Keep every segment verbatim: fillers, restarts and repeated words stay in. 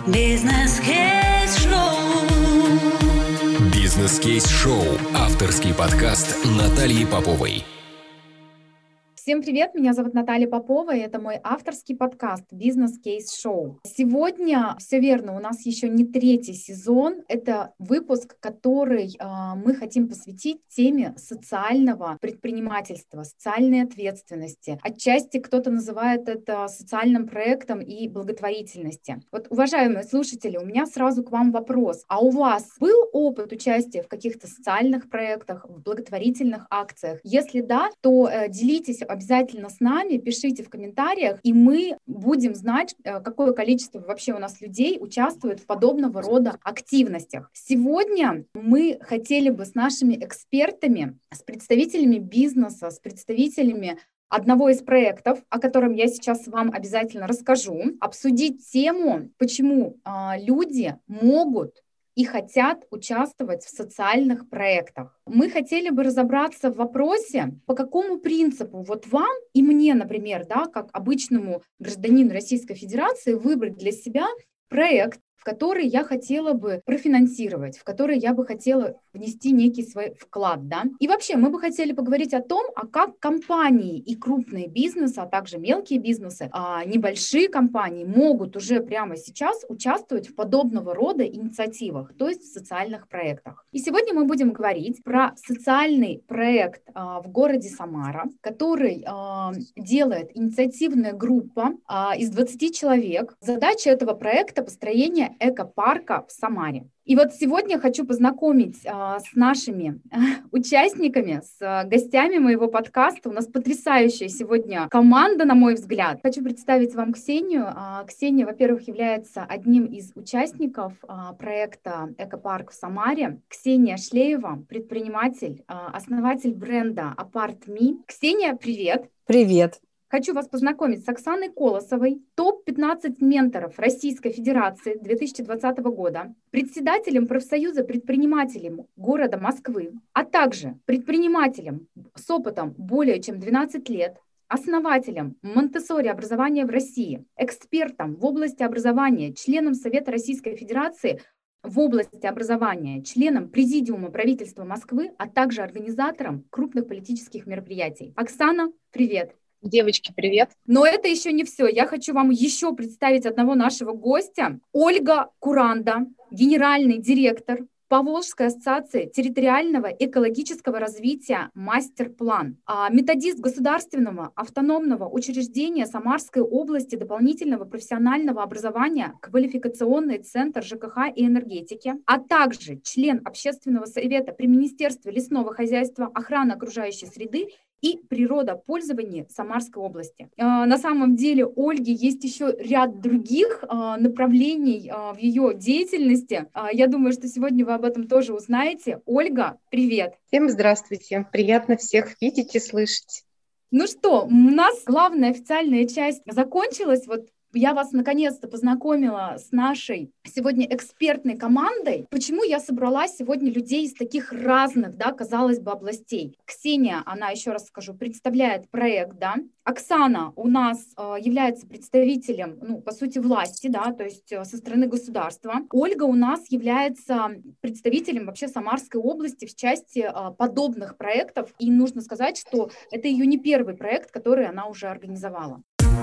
Бизнес-кейс-шоу. Бизнес-кейс-шоу. Авторский подкаст Натальи Поповой. Всем привет, меня зовут Наталья Попова, и это мой авторский подкаст «Бизнес-кейс-шоу». Сегодня, все верно, у нас еще не третий сезон, это выпуск, который э, мы хотим посвятить теме социального предпринимательства, социальной ответственности. Отчасти кто-то называет это социальным проектом и благотворительности. Вот, уважаемые слушатели, у меня сразу к вам вопрос. А у вас был опыт участия в каких-то социальных проектах, в благотворительных акциях? Если да, то э, делитесь обязательно с нами, пишите в комментариях, и мы будем знать, какое количество вообще у нас людей участвует в подобного рода активностях. Сегодня мы хотели бы с нашими экспертами, с представителями бизнеса, с представителями одного из проектов, о котором я сейчас вам обязательно расскажу, обсудить тему, почему а, люди могут и хотят участвовать в социальных проектах. Мы хотели бы разобраться в вопросе, по какому принципу вот вам и мне, например, да, как обычному гражданину Российской Федерации, выбрать для себя проект, в который я хотела бы профинансировать, в который я бы хотела внести некий свой вклад. Да? И вообще мы бы хотели поговорить о том, а как компании и крупные бизнесы, а также мелкие бизнесы, а небольшие компании могут уже прямо сейчас участвовать в подобного рода инициативах, то есть в социальных проектах. И сегодня мы будем говорить про социальный проект а, в городе Самара, который а, делает инициативная группа а, из двадцати человек. Задача этого проекта — построение экопарка в Самаре. И вот сегодня хочу познакомить а, с нашими а, участниками, с а, гостями моего подкаста. У нас потрясающая сегодня команда, на мой взгляд. Хочу представить вам Ксению. А, Ксения, во-первых, является одним из участников а, проекта «Экопарк в Самаре». Ксения Шлеева, предприниматель, а, основатель бренда Apart.me. Ксения, привет! Привет! Хочу вас познакомить с Оксаной Колосовой, топ пятнадцать менторов Российской Федерации две тысячи двадцатого года, председателем профсоюза предпринимателей города Москвы, а также предпринимателем с опытом более чем двенадцать лет, основателем Монтессори образования в России, экспертом в области образования, членом Совета Российской Федерации в области образования, членом Президиума правительства Москвы, а также организатором крупных политических мероприятий. Оксана, привет! Девочки, привет. Но это еще не все. Я хочу вам еще представить одного нашего гостя. Ольга Куранда, генеральный директор Поволжской ассоциации территориального экологического развития «Мастер-план», методист государственного автономного учреждения Самарской области дополнительного профессионального образования «Квалификационный центр ЖКХ и энергетики», а также член общественного совета при Министерстве лесного хозяйства, охраны окружающей среды и природопользования Самарской области. На самом деле у Ольги есть еще ряд других направлений в ее деятельности. Я думаю, что сегодня вы об этом тоже узнаете. Ольга, привет! Всем здравствуйте! Приятно всех видеть и слышать. Ну что, у нас главная официальная часть закончилась. Вот я вас наконец-то познакомила с нашей сегодня экспертной командой. Почему я собрала сегодня людей из таких разных, да, казалось бы, областей? Ксения, она, еще раз скажу, представляет проект, да. Оксана у нас э, является представителем, ну, по сути, власти, да, то есть э, со стороны государства. Ольга у нас является представителем вообще Самарской области в части э, подобных проектов. И нужно сказать, что это ее не первый проект, который она уже организовала.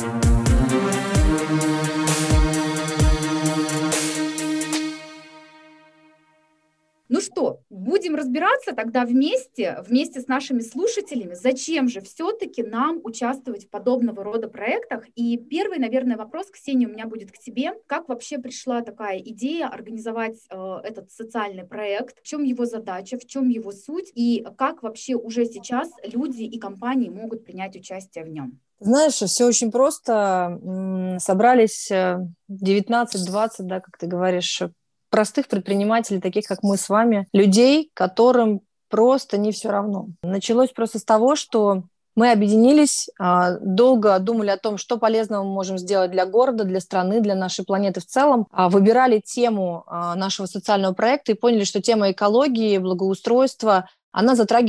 Ну что, будем разбираться тогда вместе, вместе с нашими слушателями, зачем же все-таки нам участвовать в подобного рода проектах. И первый, наверное, вопрос, Ксения, у меня будет к тебе. Как вообще пришла такая идея организовать э, этот социальный проект? В чем его задача, в чем его суть? И как вообще уже сейчас люди и компании могут принять участие в нем? Знаешь, все очень просто. Собрались девятнадцать-двадцать, да, как ты говоришь, простых предпринимателей, таких как мы с вами, людей, которым просто не все равно. Началось просто с того, что мы объединились, долго думали о том, что полезного мы можем сделать для города, для страны, для нашей планеты в целом. Выбирали тему нашего социального проекта и поняли, что тема экологии, благоустройства, она затрагивает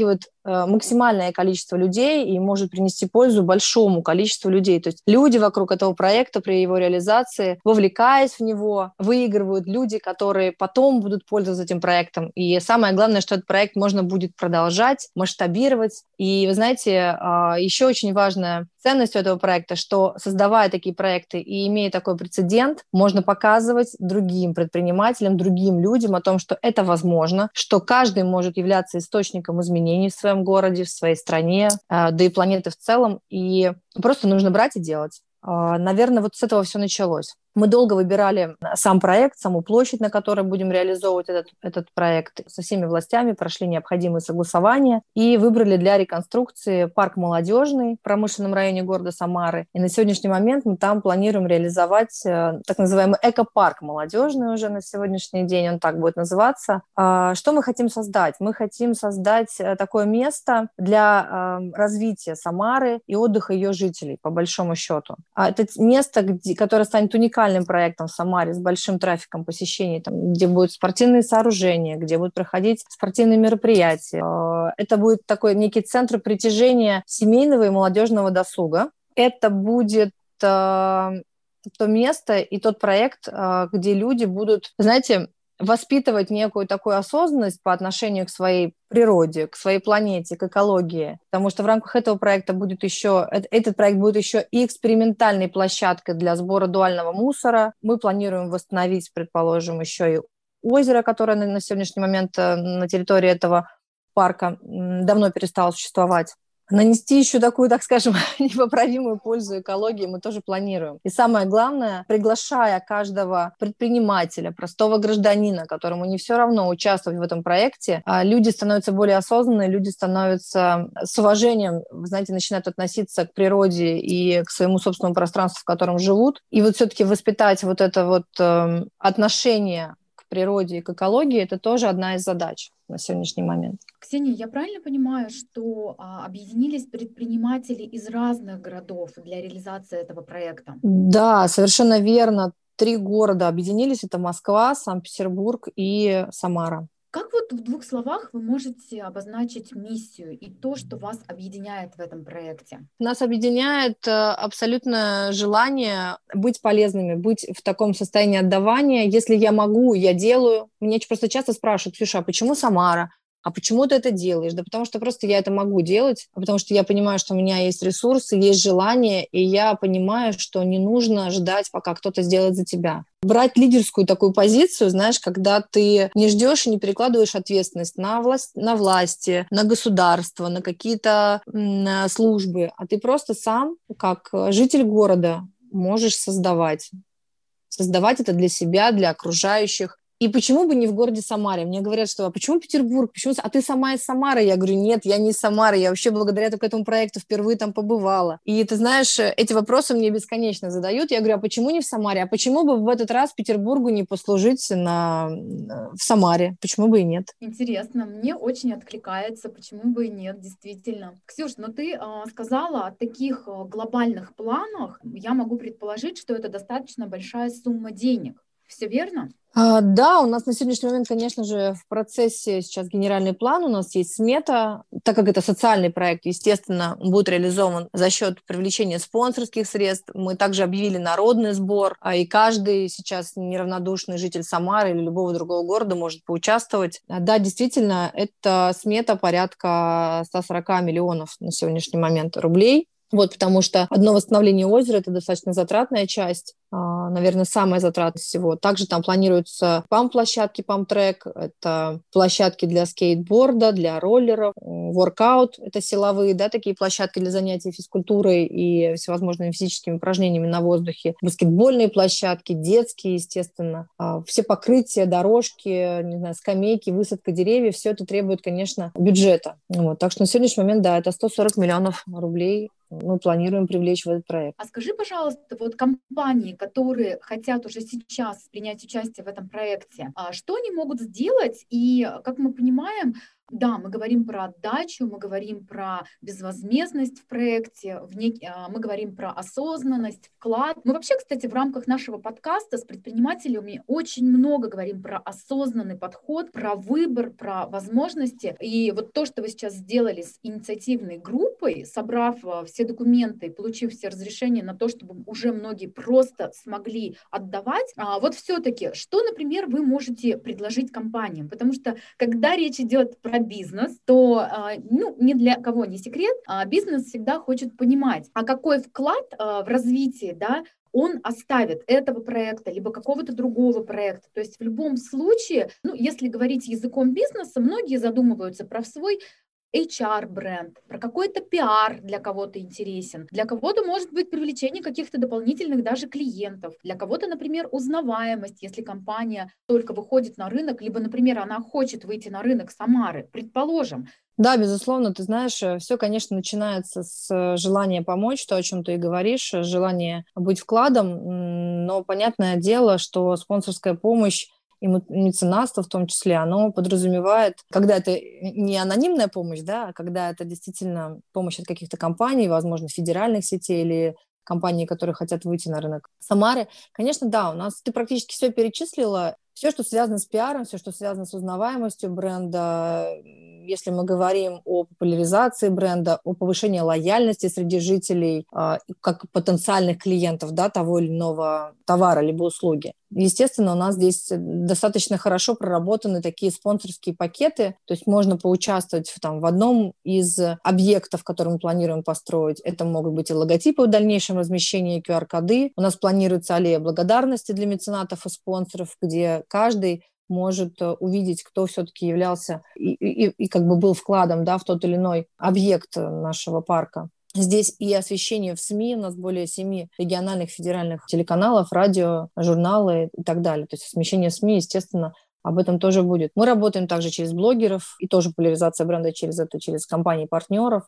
максимальное количество людей и может принести пользу большому количеству людей. То есть люди вокруг этого проекта при его реализации, вовлекаясь в него, выигрывают люди, которые потом будут пользоваться этим проектом. И самое главное, что этот проект можно будет продолжать, масштабировать. И вы знаете, еще очень важная ценность этого проекта, что, создавая такие проекты и имея такой прецедент, можно показывать другим предпринимателям, другим людям о том, что это возможно, что каждый может являться источником изменений в своем городе, в своей стране, да и планеты в целом. И просто нужно брать и делать. Наверное, вот с этого все началось. Мы долго выбирали сам проект, саму площадь, на которой будем реализовывать этот, этот проект. Со всеми властями прошли необходимые согласования и выбрали для реконструкции парк молодежный в промышленном районе города Самары. И на сегодняшний момент мы там планируем реализовать так называемый экопарк молодежный уже на сегодняшний день, он так будет называться. Что мы хотим создать? Мы хотим создать такое место для развития Самары и отдыха ее жителей, по большому счету. Это место, где, которое станет уникальным проектом в Самаре с большим трафиком посещений, там, где будут спортивные сооружения, где будут проходить спортивные мероприятия. Это будет такой некий центр притяжения семейного и молодежного досуга. Это будет э, то место и тот проект, э, где люди будут, знаете, воспитывать некую такую осознанность по отношению к своей природе, к своей планете, к экологии. Потому что в рамках этого проекта будет еще, этот проект будет еще и экспериментальной площадкой для сбора дуального мусора. Мы планируем восстановить, предположим, еще и озеро, которое на сегодняшний момент на территории этого парка давно перестало существовать. Нанести еще такую, так скажем, непоправимую пользу экологии мы тоже планируем. И самое главное, приглашая каждого предпринимателя, простого гражданина, которому не все равно участвовать в этом проекте, люди становятся более осознанные, люди становятся с уважением, вы знаете, начинают относиться к природе и к своему собственному пространству, в котором живут. И вот все-таки воспитать вот это вот э, отношение к природе и к экологии – это тоже одна из задач на сегодняшний момент. Ксения, я правильно понимаю, что а, объединились предприниматели из разных городов для реализации этого проекта? Да, совершенно верно. Три города объединились. Это Москва, Санкт-Петербург и Самара. Как вот в двух словах вы можете обозначить миссию и то, что вас объединяет в этом проекте? Нас объединяет абсолютно желание быть полезными, быть в таком состоянии отдавания. Если я могу, я делаю. Меня просто часто спрашивают: Ксюша, а почему Самара? А почему ты это делаешь? Да потому что просто я это могу делать, потому что я понимаю, что у меня есть ресурсы, есть желание, и я понимаю, что не нужно ждать, пока кто-то сделает за тебя. Брать лидерскую такую позицию, знаешь, когда ты не ждешь и не перекладываешь ответственность на власть, на власти, на государство, на какие-то м, службы, а ты просто сам, как житель города, можешь создавать. Создавать это для себя, для окружающих. И почему бы не в городе Самаре? Мне говорят, что а почему Петербург? Почему? А ты сама из Самары? Я говорю, нет, я не из Самары, я вообще благодаря только этому проекту впервые там побывала. И ты знаешь, эти вопросы мне бесконечно задают. Я говорю, а почему не в Самаре? А почему бы в этот раз Петербургу не послужить на... в Самаре? Почему бы и нет? Интересно, мне очень откликается, почему бы и нет, действительно. Ксюш, но ты э, сказала о таких э, глобальных планах. Я могу предположить, что это достаточно большая сумма денег. Все верно? А, да, у нас на сегодняшний момент, конечно же, в процессе сейчас генеральный план, у нас есть смета. Так как это социальный проект, естественно, будет реализован за счет привлечения спонсорских средств. Мы также объявили народный сбор, и каждый сейчас неравнодушный житель Самары или любого другого города может поучаствовать. Да, действительно, это смета порядка сто сорок миллионов на сегодняшний момент рублей. Вот, потому что одно восстановление озера – это достаточно затратная часть, наверное, самая затратная всего. Также там планируются памп-площадки, памп-трек, это площадки для скейтборда, для роллеров, воркаут – это силовые, да, такие площадки для занятий физкультурой и всевозможными физическими упражнениями на воздухе, баскетбольные площадки, детские, естественно, все покрытия, дорожки, не знаю, скамейки, высадка деревьев – все это требует, конечно, бюджета. Вот. Так что на сегодняшний момент, да, это сто сорок миллионов рублей мы планируем привлечь в этот проект. А скажи, пожалуйста, вот компании, которые хотят уже сейчас принять участие в этом проекте, что они могут сделать? И, как мы понимаем, Да, мы говорим про отдачу, мы говорим про безвозмездность в проекте, в нек... мы говорим про осознанность, вклад. Мы вообще, кстати, в рамках нашего подкаста с предпринимателями очень много говорим про осознанный подход, про выбор, про возможности. И вот то, что вы сейчас сделали с инициативной группой, собрав все документы, получив все разрешения на то, чтобы уже многие просто смогли отдавать, вот все-таки, что, например, вы можете предложить компаниям? Потому что, когда речь идет про бизнес, то ну, ни для кого не секрет, бизнес всегда хочет понимать, а какой вклад в развитие, да, он оставит этого проекта, либо какого-то другого проекта. То есть в любом случае, ну, если говорить языком бизнеса, многие задумываются про свой эйч ар-бренд, про какой-то пиар для кого-то интересен, для кого-то может быть привлечение каких-то дополнительных даже клиентов, для кого-то, например, узнаваемость, если компания только выходит на рынок, либо, например, она хочет выйти на рынок Самары, предположим. Да, безусловно, ты знаешь, все, конечно, начинается с желания помочь, то, о чем ты и говоришь, желание быть вкладом, но понятное дело, что спонсорская помощь и меценатство в том числе, оно подразумевает, когда это не анонимная помощь, да, а когда это действительно помощь от каких-то компаний, возможно, федеральных сетей или компаний, которые хотят выйти на рынок Самары. Конечно, да, у нас ты практически все перечислила. Все, что связано с пиаром, все, что связано с узнаваемостью бренда, если мы говорим о популяризации бренда, о повышении лояльности среди жителей, как потенциальных клиентов, да, того или иного товара либо услуги. Естественно, у нас здесь достаточно хорошо проработаны такие спонсорские пакеты, то есть можно поучаствовать в, там, в одном из объектов, который мы планируем построить. Это могут быть и логотипы в дальнейшем размещении, ку ар-коды. У нас планируется аллея благодарности для меценатов и спонсоров, где каждый может увидеть, кто все-таки являлся и, и, и как бы был вкладом, да, в тот или иной объект нашего парка. Здесь и освещение в СМИ, у нас более семи региональных федеральных телеканалов, радио, журналы и так далее. То есть освещение в СМИ, естественно, об этом тоже будет. Мы работаем также через блогеров, и тоже популяризация бренда через это, через компании-партнеров.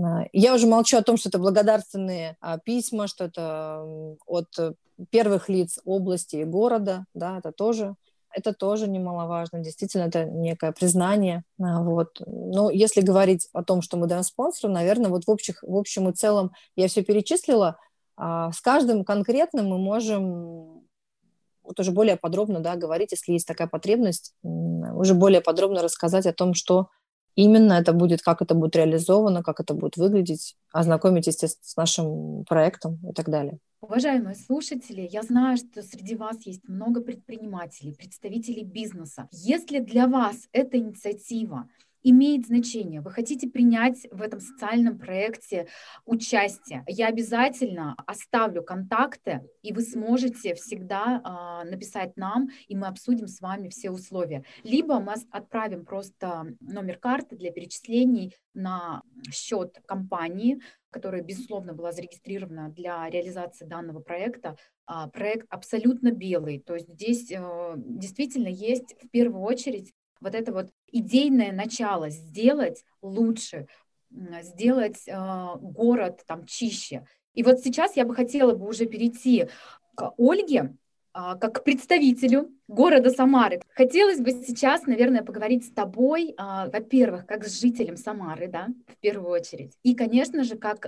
Я уже молчу о том, что это благодарственные письма, что это от первых лиц области и города, да, это тоже Это тоже немаловажно. Действительно, это некое признание. Вот. Но если говорить о том, что мы даем спонсору, наверное, вот в, общих, в общем и целом я все перечислила. С каждым конкретным мы можем вот уже более подробно, да, говорить, если есть такая потребность, уже более подробно рассказать о том, что именно это будет, как это будет реализовано, как это будет выглядеть, ознакомить, естественно, с нашим проектом и так далее. Уважаемые слушатели, я знаю, что среди вас есть много предпринимателей, представителей бизнеса. Если для вас эта инициатива имеет значение, вы хотите принять в этом социальном проекте участие, я обязательно оставлю контакты, и вы сможете всегда э, написать нам, и мы обсудим с вами все условия. Либо мы отправим просто номер карты для перечислений на счет компании, которая, безусловно, была зарегистрирована для реализации данного проекта. А, проект абсолютно белый, то есть здесь э, действительно есть в первую очередь вот это вот идейное начало, сделать лучше, сделать э, город там чище. И вот сейчас я бы хотела бы уже перейти к Ольге, как к представителю города Самары. Хотелось бы сейчас, наверное, поговорить с тобой, во-первых, как с жителем Самары, да, в первую очередь, и, конечно же, как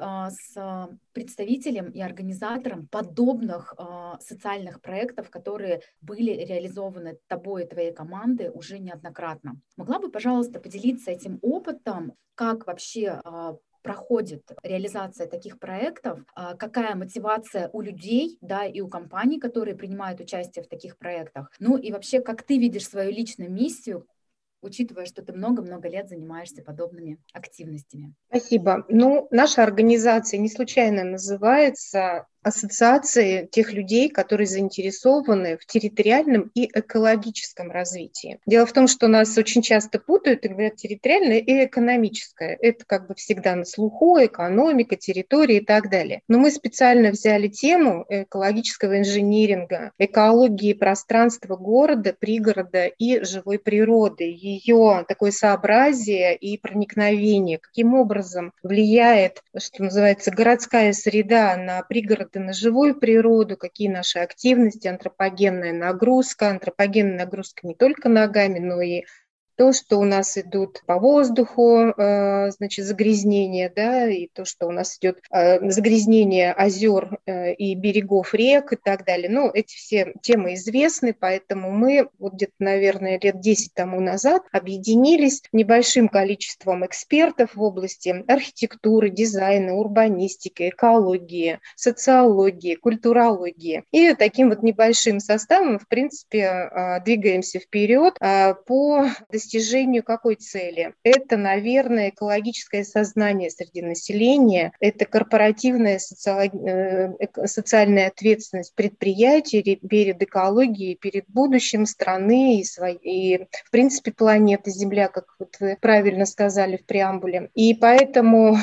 с представителем и организатором подобных социальных проектов, которые были реализованы тобой и твоей командой уже неоднократно. Могла бы, пожалуйста, поделиться этим опытом, как вообще проходит реализация таких проектов, какая мотивация у людей, да, и у компаний, которые принимают участие в таких проектах. Ну и вообще, как ты видишь свою личную миссию, учитывая, что ты много-много лет занимаешься подобными активностями? Спасибо. Ну, наша организация не случайно называется ассоциации тех людей, которые заинтересованы в территориальном и экологическом развитии. Дело в том, что нас очень часто путают и говорят территориальное и экономическое. Это как бы всегда на слуху, экономика, территория и так далее. Но мы специально взяли тему экологического инжиниринга, экологии пространства города, пригорода и живой природы, ее такое сообразие и проникновение, каким образом влияет, что называется, городская среда на пригороды, на живую природу, какие наши активности, антропогенная нагрузка, антропогенная нагрузка не только ногами, но и то, что у нас идут по воздуху, значит, загрязнение, да, и то, что у нас идет загрязнение озер и берегов рек и так далее. Ну, эти все темы известны, поэтому мы вот где-то, наверное, лет десять тому назад объединились небольшим количеством экспертов в области архитектуры, дизайна, урбанистики, экологии, социологии, культурологии. И таким вот небольшим составом, в принципе, двигаемся вперед по достижению какой цели? Это, наверное, экологическое сознание среди населения, это корпоративная социальная ответственность предприятий перед экологией, перед будущим страны и, своей, и, в принципе, планеты Земля, как вот вы правильно сказали в преамбуле. И поэтому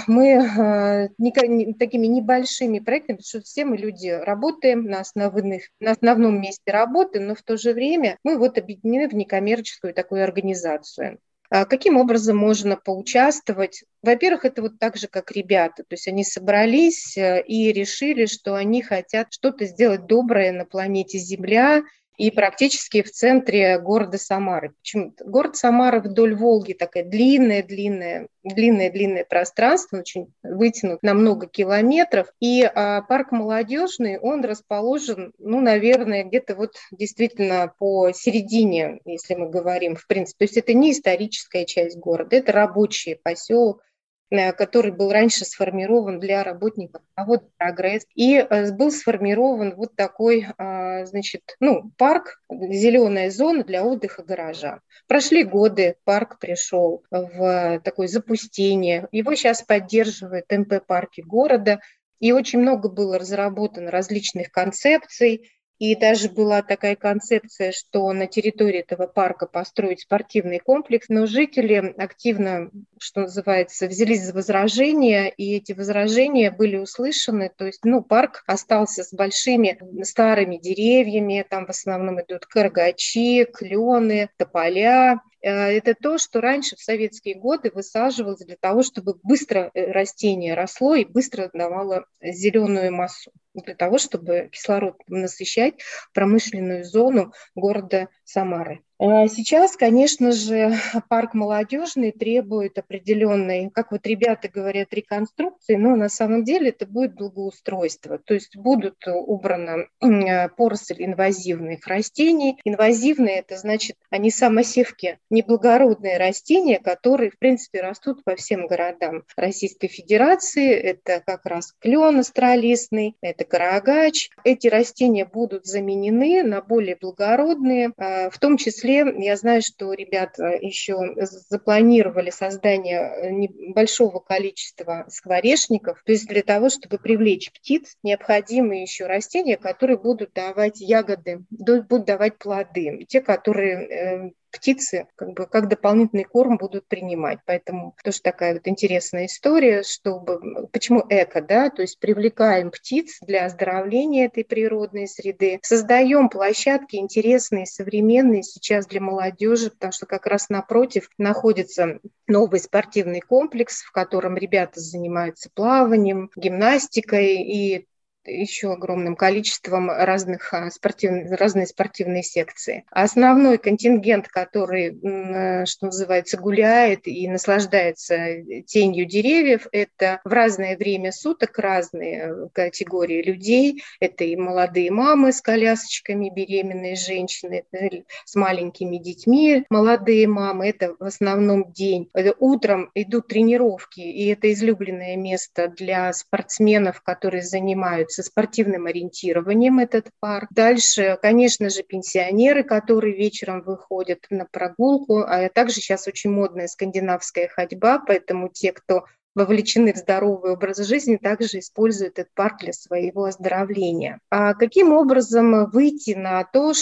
мы такими небольшими проектами, потому что все мы люди работаем на, основных, на основном месте работы, но в то же время мы вот объединены в некоммерческую такую организацию. Каким образом можно поучаствовать? Во-первых, это вот так же, как ребята. То есть они собрались и решили, что они хотят что-то сделать доброе на планете Земля, и практически в центре города Самары. Почему? Город Самара вдоль Волги такое длинное-длинное, длинное-длинное пространство, очень вытянут на много километров. И а, парк Молодежный, он расположен, ну, наверное, где-то вот действительно по середине, если мы говорим, в принципе. То есть это не историческая часть города, это рабочий поселок, который был раньше сформирован для работников завода «Прогресс». И был сформирован вот такой, значит, ну, парк, зеленая зона для отдыха горожан. Прошли годы, парк пришел в такое запустение. Его сейчас поддерживают эм пэ парки города. И очень много было разработано различных концепций. И даже была такая концепция, что на территории этого парка построить спортивный комплекс, но жители активно, что называется, взялись за возражения, и эти возражения были услышаны. То есть, ну, парк остался с большими старыми деревьями, там в основном идут каргачи, клены, тополя. Это то, что раньше в советские годы высаживалось для того, чтобы быстро растение росло и быстро давало зеленую массу, для того, чтобы кислород насыщать промышленную зону города Самары. Сейчас, конечно же, парк Молодежный требует определенной, как вот ребята говорят, реконструкции, но на самом деле это будет благоустройство. То есть будут убрана поросль инвазивных растений. Инвазивные – это значит, они самосевки, неблагородные растения, которые, в принципе, растут по всем городам Российской Федерации. Это как раз клен остролистный, это карагач. Эти растения будут заменены на более благородные, в том числе я знаю, что ребята еще запланировали создание небольшого количества скворечников. То есть для того, чтобы привлечь птиц, необходимы еще растения, которые будут давать ягоды, будут давать плоды. Те, которые птицы как бы как дополнительный корм будут принимать. Поэтому тоже такая вот интересная история, чтобы почему эко, да, то есть привлекаем птиц для оздоровления этой природной среды, создаем площадки интересные, современные сейчас для молодежи, потому что как раз напротив находится новый спортивный комплекс, в котором ребята занимаются плаванием, гимнастикой и еще огромным количеством разных спортивных, разные спортивные секции. Основной контингент, который, что называется, гуляет и наслаждается тенью деревьев, это в разное время суток разные категории людей. Это и молодые мамы с колясочками, беременные женщины, с маленькими детьми, молодые мамы. Это в основном день. Это утром идут тренировки, и это излюбленное место для спортсменов, которые занимаются со спортивным ориентированием этот парк. Дальше, конечно же, пенсионеры, которые вечером выходят на прогулку, а также сейчас очень модная скандинавская ходьба, поэтому те, кто вовлечены в здоровый образ жизни, также используют этот парк для своего оздоровления. А каким образом выйти на то,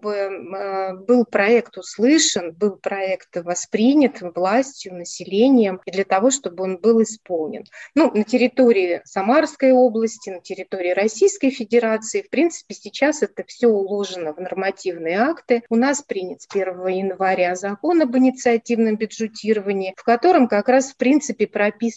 чтобы был проект услышан, был проект воспринят властью, населением, и для того, чтобы он был исполнен? Ну, на территории Самарской области, на территории Российской Федерации, в принципе, сейчас это все уложено в нормативные акты. У нас принят с первого января закон об инициативном бюджетировании, в котором как раз, в принципе, прописано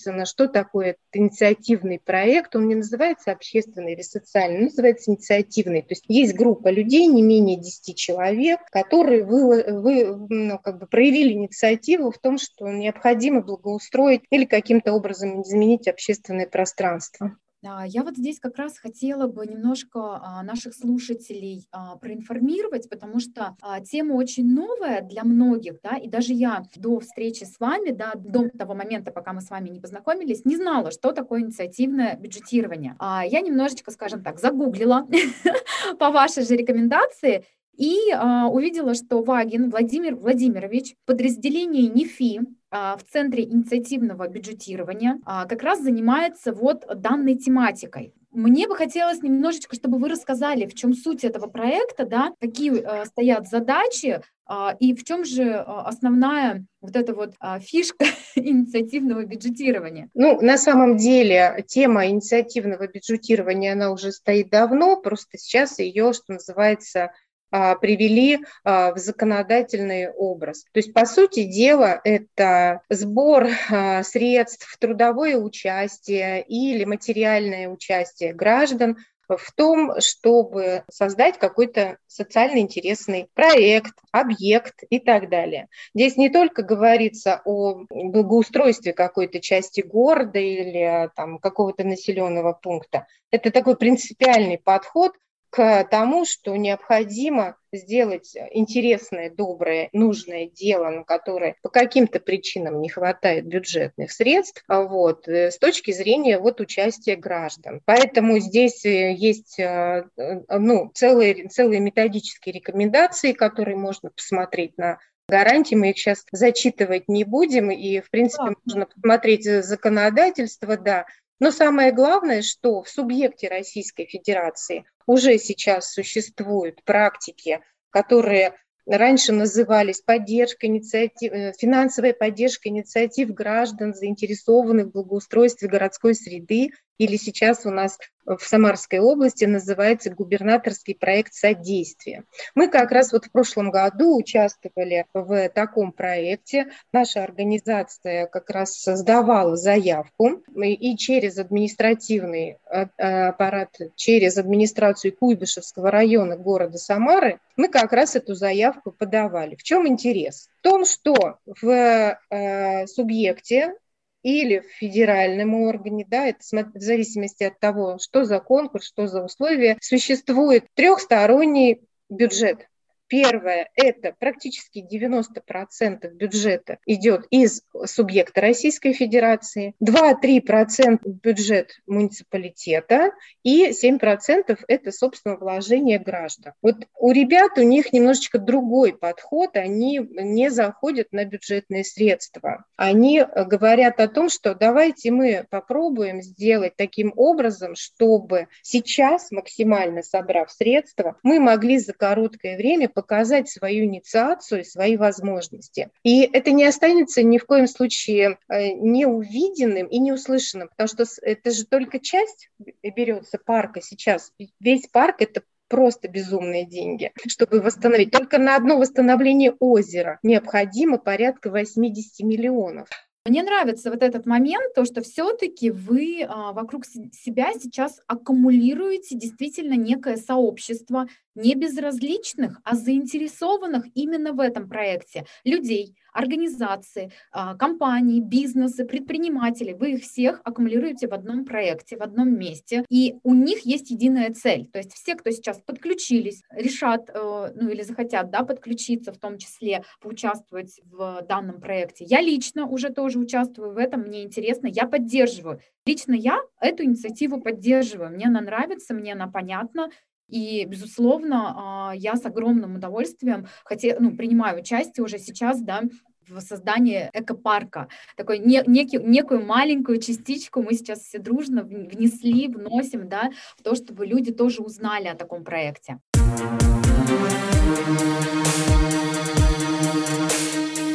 прописано, что такое этот инициативный проект. Он не называется общественный или социальный, он называется инициативный. То есть есть группа людей, не менее десяти человек, которые вы, вы, ну, как бы проявили инициативу в том, что необходимо благоустроить или каким-то образом изменить общественное пространство. Я вот здесь как раз хотела бы немножко наших слушателей проинформировать, потому что тема очень новая для многих, да, и даже я до встречи с вами, да, до того момента, пока мы с вами не познакомились, не знала, что такое инициативное бюджетирование. Я немножечко, скажем так, загуглила по вашей же рекомендации и увидела, что Вагин Владимир Владимирович, подразделение НИФИ, в Центре инициативного бюджетирования как раз занимается вот данной тематикой. Мне бы хотелось немножечко, чтобы вы рассказали, в чем суть этого проекта, да, какие стоят задачи и в чем же основная вот эта вот фишка инициативного бюджетирования. Ну, на самом деле, тема инициативного бюджетирования, она уже стоит давно, просто сейчас ее, что называется, привели в законодательный образ. То есть, по сути дела, это сбор средств, трудовое участие или материальное участие граждан в том, чтобы создать какой-то социально интересный проект, объект и так далее. Здесь не только говорится о благоустройстве какой-то части города или там, какого-то населенного пункта. Это такой принципиальный подход к тому, что необходимо сделать интересное, доброе, нужное дело, на которое по каким-то причинам не хватает бюджетных средств, вот, с точки зрения вот, участия граждан. Поэтому здесь есть ну, целые, целые методические рекомендации, которые можно посмотреть на гарантии. Мы их сейчас зачитывать не будем, и, в принципе, да. Можно посмотреть законодательство, да. Но самое главное, что в субъекте Российской Федерации уже сейчас существуют практики, которые раньше назывались поддержка инициатив, финансовая поддержка инициатив граждан, заинтересованных в благоустройстве городской среды, или сейчас у нас в Самарской области называется губернаторский проект содействия. Мы как раз вот в прошлом году участвовали в таком проекте. Наша организация как раз создавала заявку, и через административный аппарат, через администрацию Куйбышевского района города Самары, мы как раз эту заявку подавали. В чем интерес? В том, что в э, субъекте или в федеральном органе, да, это в зависимости от того, что за конкурс, что за условия, существует трехсторонний бюджет. Первое – это практически девяносто процентов бюджета идет из субъекта Российской Федерации, два-три процента бюджет муниципалитета и семь процентов – это, собственно, вложение граждан. Вот у ребят у них немножечко другой подход, они не заходят на бюджетные средства. Они говорят о том, что давайте мы попробуем сделать таким образом, чтобы сейчас, максимально собрав средства, мы могли за короткое время показать свою инициацию, свои возможности. И это не останется ни в коем случае не увиденным и не услышанным, потому что это же только часть берется парка сейчас. Весь парк – это просто безумные деньги, чтобы восстановить. Только на одно восстановление озера необходимо порядка восемьдесят миллионов. Мне нравится вот этот момент, то, что все-таки вы а, вокруг себя сейчас аккумулируете действительно некое сообщество не безразличных, а заинтересованных именно в этом проекте людей, организации, а, компании, бизнесы, предприниматели. Вы их всех аккумулируете в одном проекте, в одном месте, и у них есть единая цель. То есть все, кто сейчас подключились, решат, э, ну или захотят, да, подключиться, в том числе поучаствовать в данном проекте. Я лично уже тоже участвую в этом, мне интересно, я поддерживаю. Лично я эту инициативу поддерживаю, мне она нравится, мне она понятна. И, безусловно, я с огромным удовольствием хотя, ну, принимаю участие уже сейчас, да, в создании экопарка. Такой не, некий, некую маленькую частичку мы сейчас все дружно внесли, вносим, да, в то, чтобы люди тоже узнали о таком проекте.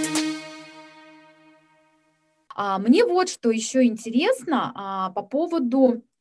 Мне вот что еще интересно по поводу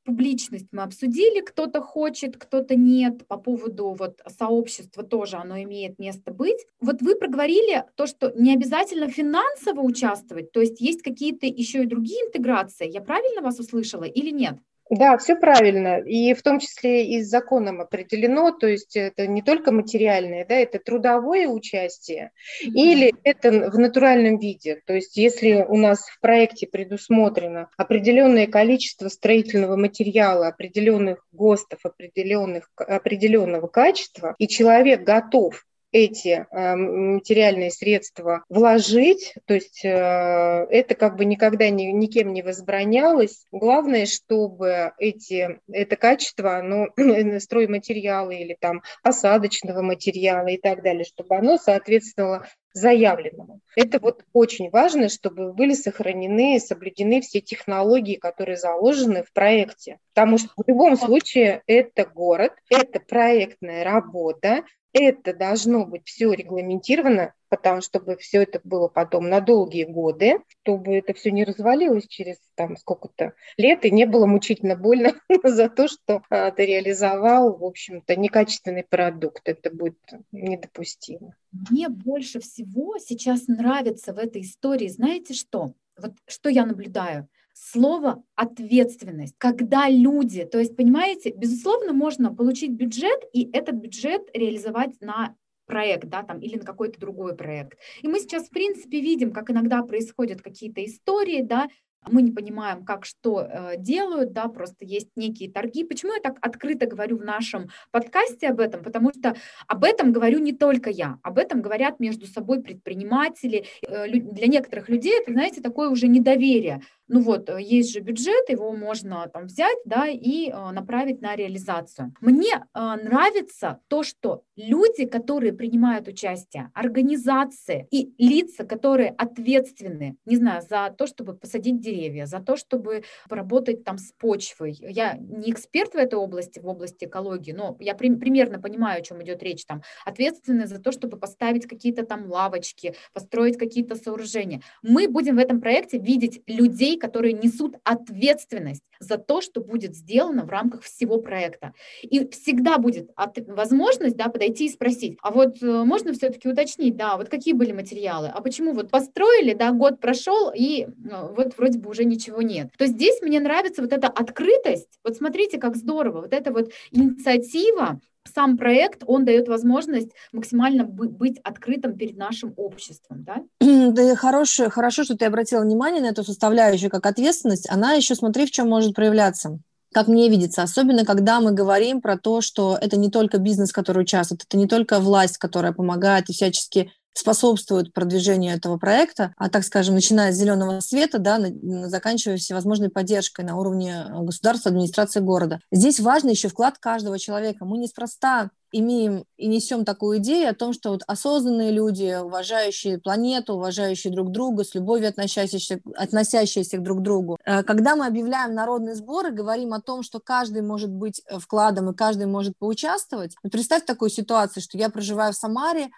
публичность мы обсудили, кто-то хочет, кто-то нет. По поводу вот сообщества тоже оно имеет место быть. Вот вы проговорили то, что не обязательно финансово участвовать, то есть есть какие-то еще и другие интеграции. Я правильно вас услышала или нет? Да, все правильно. И в том числе и с законом определено, то есть это не только материальное, да, это трудовое участие mm-hmm. или это в натуральном виде. То есть если у нас в проекте предусмотрено определенное количество строительного материала, определенных ГОСТов, определенных, определенного качества, и человек готов эти э, материальные средства вложить, то есть э, это как бы никогда ни, никем не возбранялось. Главное, чтобы эти, это качество, оно, стройматериала или там осадочного материала и так далее, чтобы оно соответствовало заявленному. Это вот очень важно, чтобы были сохранены, соблюдены все технологии, которые заложены в проекте. Потому что в любом случае это город, это проектная работа, это должно быть все регламентировано, потому чтобы все это было потом на долгие годы, чтобы это все не развалилось через там сколько-то лет и не было мучительно больно за то, что а, ты реализовал, в общем-то, некачественный продукт. Это будет недопустимо. Мне больше всего сейчас нравится в этой истории, знаете что? Вот что я наблюдаю? Слово «ответственность». Когда люди, то есть, понимаете, безусловно, можно получить бюджет и этот бюджет реализовать на проект, да, там, или на какой-то другой проект. И мы сейчас, в принципе, видим, как иногда происходят какие-то истории, да, мы не понимаем, как что э, делают, да, просто есть некие торги. Почему я так открыто говорю в нашем подкасте об этом? Потому что об этом говорю не только я, об этом говорят между собой предприниматели. Э, для некоторых людей это, знаете, такое уже недоверие. Ну вот, есть же бюджет, его можно там взять, да, и э, направить на реализацию. Мне э, нравится то, что люди, которые принимают участие, организации и лица, которые ответственны, не знаю, за то, чтобы посадить деревья, за то, чтобы поработать там с почвой. Я не эксперт в этой области, в области экологии, но я при, примерно понимаю, о чем идет речь. Там ответственны за то, чтобы поставить какие-то там лавочки, построить какие-то сооружения. Мы будем в этом проекте видеть людей, которые несут ответственность за то, что будет сделано в рамках всего проекта. И всегда будет от, возможность, да, подойти и спросить, а вот э, можно все-таки уточнить, да, вот какие были материалы, а почему вот построили, да, год прошел, и э, вот вроде бы уже ничего нет. То есть здесь мне нравится вот эта открытость, вот смотрите, как здорово, вот эта вот инициатива, сам проект, он дает возможность максимально быть открытым перед нашим обществом, да? Да, хорошо, хорошо, что ты обратила внимание на эту составляющую, как ответственность. Она еще, смотри, в чем может проявляться. Как мне видится, особенно когда мы говорим про то, что это не только бизнес, который участвует, это не только власть, которая помогает и всячески способствует продвижению этого проекта, а, так скажем, начиная с зеленого света, да, заканчивая всевозможной поддержкой на уровне государства, администрации города. Здесь важный еще вклад каждого человека. Мы неспроста имеем и несем такую идею о том, что вот осознанные люди, уважающие планету, уважающие друг друга, с любовью относящиеся, относящиеся друг к другу. Когда мы объявляем народный сбор и говорим о том, что каждый может быть вкладом и каждый может поучаствовать, вот представь такую ситуацию, что я проживаю в Самаре,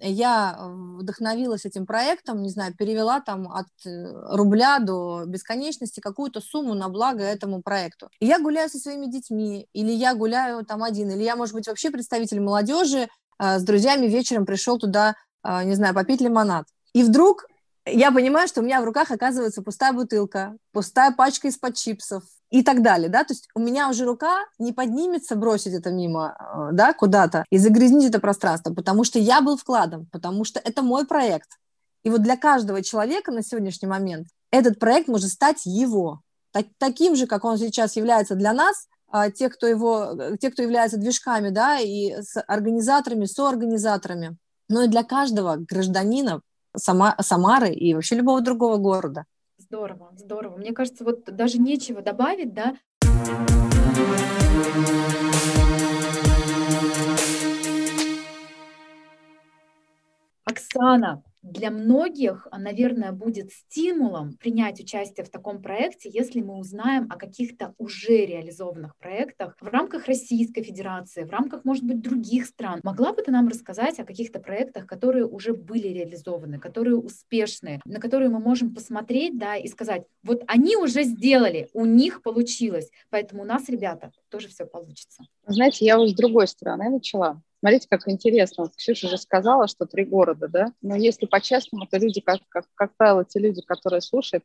я вдохновилась этим проектом, не знаю, перевела там от рубля до бесконечности какую-то сумму на благо этому проекту. И я гуляю со своими детьми, или я гуляю там один, или я, может быть, вообще представитель молодежи, с друзьями вечером пришел туда, не знаю, попить лимонад. И вдруг я понимаю, что у меня в руках оказывается пустая бутылка, пустая пачка из-под чипсов и так далее, да, то есть у меня уже рука не поднимется бросить это мимо, да, куда-то и загрязнить это пространство, потому что я был вкладом, потому что это мой проект. И вот для каждого человека на сегодняшний момент этот проект может стать его, так, таким же, как он сейчас является для нас, тех, кто его, тех, кто является движками, да, и с организаторами, соорганизаторами, но и для каждого гражданина Сама, Самары и вообще любого другого города. Здорово, здорово. Мне кажется, вот даже нечего добавить, да? Оксана, для многих, наверное, будет стимулом принять участие в таком проекте, если мы узнаем о каких-то уже реализованных проектах в рамках Российской Федерации, в рамках, может быть, других стран. Могла бы ты нам рассказать о каких-то проектах, которые уже были реализованы, которые успешны, на которые мы можем посмотреть, да, и сказать, вот они уже сделали, у них получилось, поэтому у нас, ребята, тоже все получится. Знаете, я вот с другой стороны начала. Смотрите, как интересно. Вот Ксюша же сказала, что три города, да? Но если по-честному, то люди, как, как, как правило, те люди, которые слушают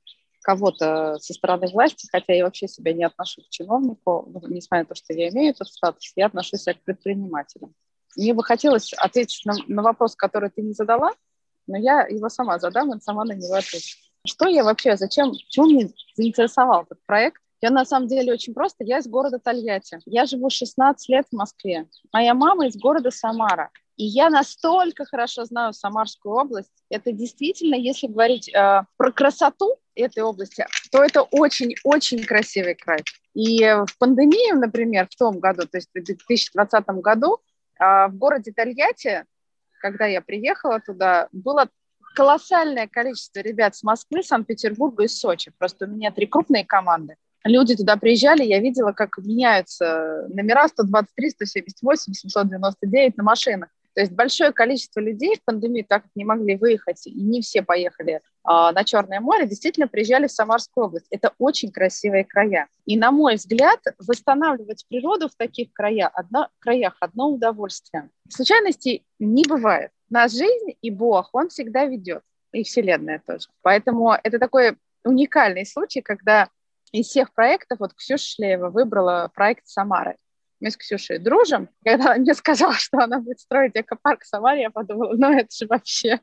кого-то со стороны власти, хотя я вообще себя не отношу к чиновнику, несмотря на то, что я имею этот статус, я отношусь к предпринимателям. Мне бы хотелось ответить на, на вопрос, который ты не задала, но я его сама задам и сама на него отвечу. Что я вообще, зачем, почему меня заинтересовал этот проект? Я на самом деле очень просто. Я из города Тольятти. Я живу шестнадцать лет в Москве. Моя мама из города Самара. И я настолько хорошо знаю Самарскую область. Это действительно, если говорить э, про красоту этой области, то это очень-очень красивый край. И в пандемию, например, в том году, то есть в две тысячи двадцатом году, э, в городе Тольятти, когда я приехала туда, было колоссальное количество ребят с Москвы, Санкт-Петербурга и Сочи. Просто у меня три крупные команды. Люди туда приезжали, я видела, как меняются номера сто двадцать три, сто семьдесят восемь, семьсот девяносто девять на машинах. То есть большое количество людей в пандемии, так как не могли выехать, и не все поехали а, на Черное море, действительно приезжали в Самарскую область. Это очень красивые края. И, на мой взгляд, восстанавливать природу в таких краях одно, краях одно удовольствие. Случайностей не бывает. Нас жизнь и Бог, Он всегда ведет, и Вселенная тоже. Поэтому это такой уникальный случай, когда из всех проектов, вот Ксюша Шлеева выбрала проект Самары. Мы с Ксюшей дружим. Когда она мне сказала, что она будет строить экопарк в Самаре, я подумала, ну это же вообще...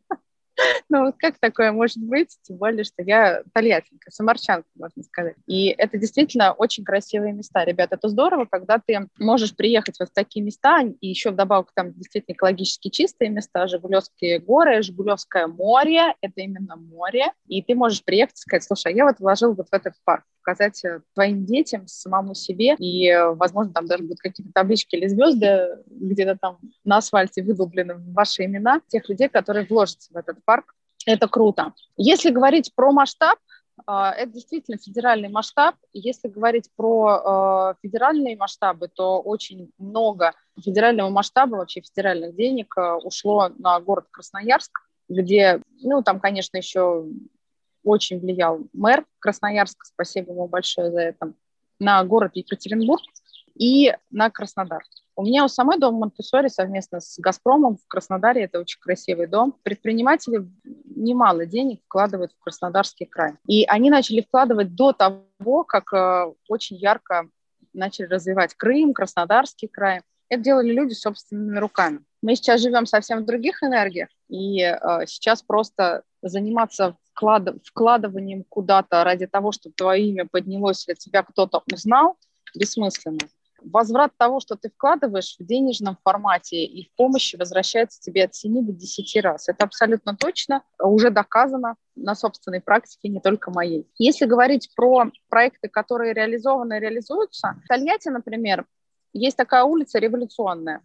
Ну вот как такое может быть? Тем более, что я тольяттинка, самарчанка, можно сказать. И это действительно очень красивые места. Ребята, это здорово, когда ты можешь приехать вот в такие места, и еще вдобавок там действительно экологически чистые места, Жигулевские горы, Жигулевское море, это именно море. И ты можешь приехать и сказать, слушай, я вот вложил вот в этот парк, показать твоим детям, самому себе, и, возможно, там даже будут какие-то таблички или звезды где-то там на асфальте выдолблены ваши имена тех людей, которые вложатся в этот парк. Это круто. Если говорить про масштаб, это действительно федеральный масштаб. Если говорить про федеральные масштабы, то очень много федерального масштаба, вообще федеральных денег ушло на город Красноярск, где, ну, там, конечно, еще очень влиял мэр Красноярска, спасибо ему большое за это, на город Екатеринбург и на Краснодар. У меня у самой дом Монтессори совместно с «Газпромом» в Краснодаре, это очень красивый дом. Предприниматели немало денег вкладывают в Краснодарский край. И они начали вкладывать до того, как э, очень ярко начали развивать Крым, Краснодарский край. Это делали люди собственными руками. Мы сейчас живем совсем в других энергиях, и э, сейчас просто заниматься вклад... вкладыванием куда-то ради того, чтобы твое имя поднялось, или тебя кто-то узнал, бессмысленно. Возврат того, что ты вкладываешь в денежном формате и в помощи, возвращается тебе от семи до десяти раз. Это абсолютно точно, уже доказано на собственной практике, не только моей. Если говорить про проекты, которые реализованы и реализуются, в Тольятти, например, есть такая улица Революционная.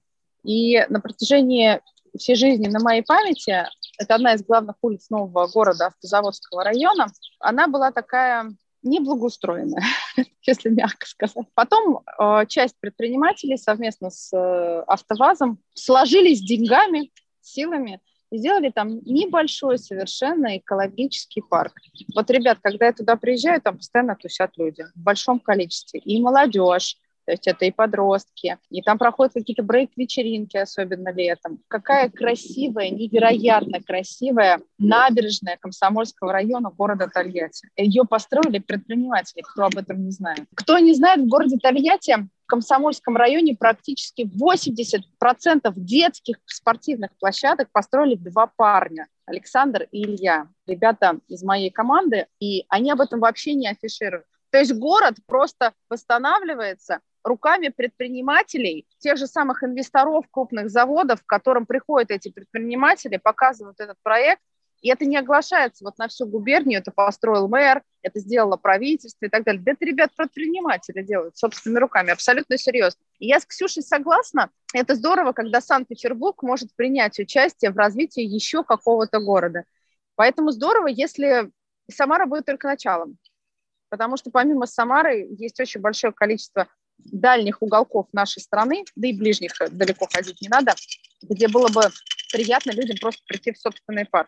И на протяжении всей жизни на моей памяти, это одна из главных улиц нового города Автозаводского района, она была такая неблагоустроенная, если мягко сказать. Потом э, часть предпринимателей совместно с э, АвтоВАЗом сложились деньгами, силами и сделали там небольшой совершенно экологический парк. Вот, ребят, когда я туда приезжаю, там постоянно тусят люди в большом количестве. И молодежь, то есть это и подростки, и там проходят какие-то брейк-вечеринки, особенно летом. Какая красивая, невероятно красивая набережная Комсомольского района города Тольятти. Ее построили предприниматели, кто об этом не знает. Кто не знает, в городе Тольятти, в Комсомольском районе практически восемьдесят процентов детских спортивных площадок построили два парня. Александр и Илья. Ребята из моей команды, и они об этом вообще не афишируют. То есть город просто восстанавливается руками предпринимателей, тех же самых инвесторов крупных заводов, к которым приходят эти предприниматели, показывают этот проект, И это не оглашается вот на всю губернию, это построил мэр, это сделало правительство и так далее. Да это, ребят, предприниматели делают собственными руками, абсолютно серьезно. И я с Ксюшей согласна, это здорово, когда Санкт-Петербург может принять участие в развитии еще какого-то города. Поэтому здорово, если Самара будет только началом. Потому что помимо Самары есть очень большое количество дальних уголков нашей страны, да и ближних далеко ходить не надо, где было бы приятно людям просто прийти в собственный парк.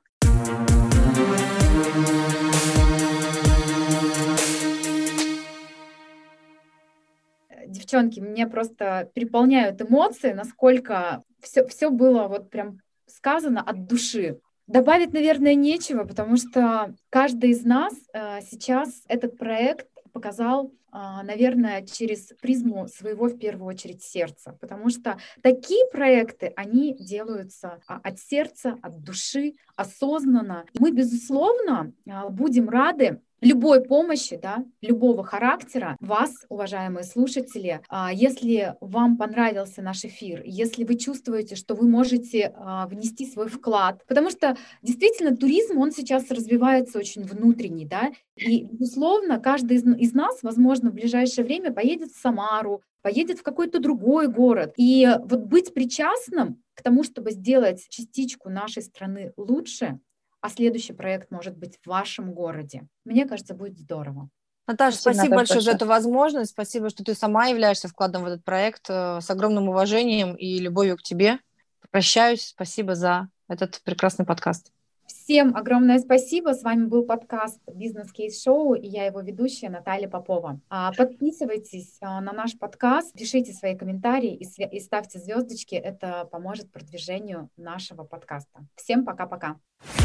Девчонки, мне просто переполняют эмоции, насколько все, все было вот прям сказано от души. Добавить, наверное, нечего, потому что каждый из нас э, сейчас этот проект показал, э, наверное, через призму своего, в первую очередь, сердца. Потому что такие проекты, они делаются э, от сердца, от души, осознанно. Мы, безусловно, э, будем рады любой помощи, да, любого характера вас, уважаемые слушатели. Если вам понравился наш эфир, если вы чувствуете, что вы можете внести свой вклад, потому что действительно туризм, он сейчас развивается очень внутренний, да, и, безусловно, каждый из, из нас, возможно, в ближайшее время поедет в Самару, поедет в какой-то другой город. И вот быть причастным к тому, чтобы сделать частичку нашей страны лучше, а следующий проект может быть в вашем городе. Мне кажется, будет здорово. Наташа, спасибо, спасибо большое за эту возможность. Спасибо, что ты сама являешься вкладом в этот проект. С огромным уважением и любовью к тебе. Прощаюсь. Спасибо за этот прекрасный подкаст. Всем огромное спасибо. С вами был подкаст «Бизнес-кейс-шоу» и я его ведущая Наталья Попова. Подписывайтесь на наш подкаст, пишите свои комментарии и ставьте звездочки. Это поможет продвижению нашего подкаста. Всем пока-пока.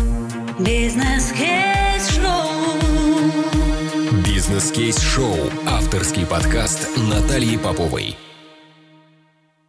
Бизнес-кейс-шоу. Бизнес-кейс-шоу. Авторский подкаст Натальи Поповой.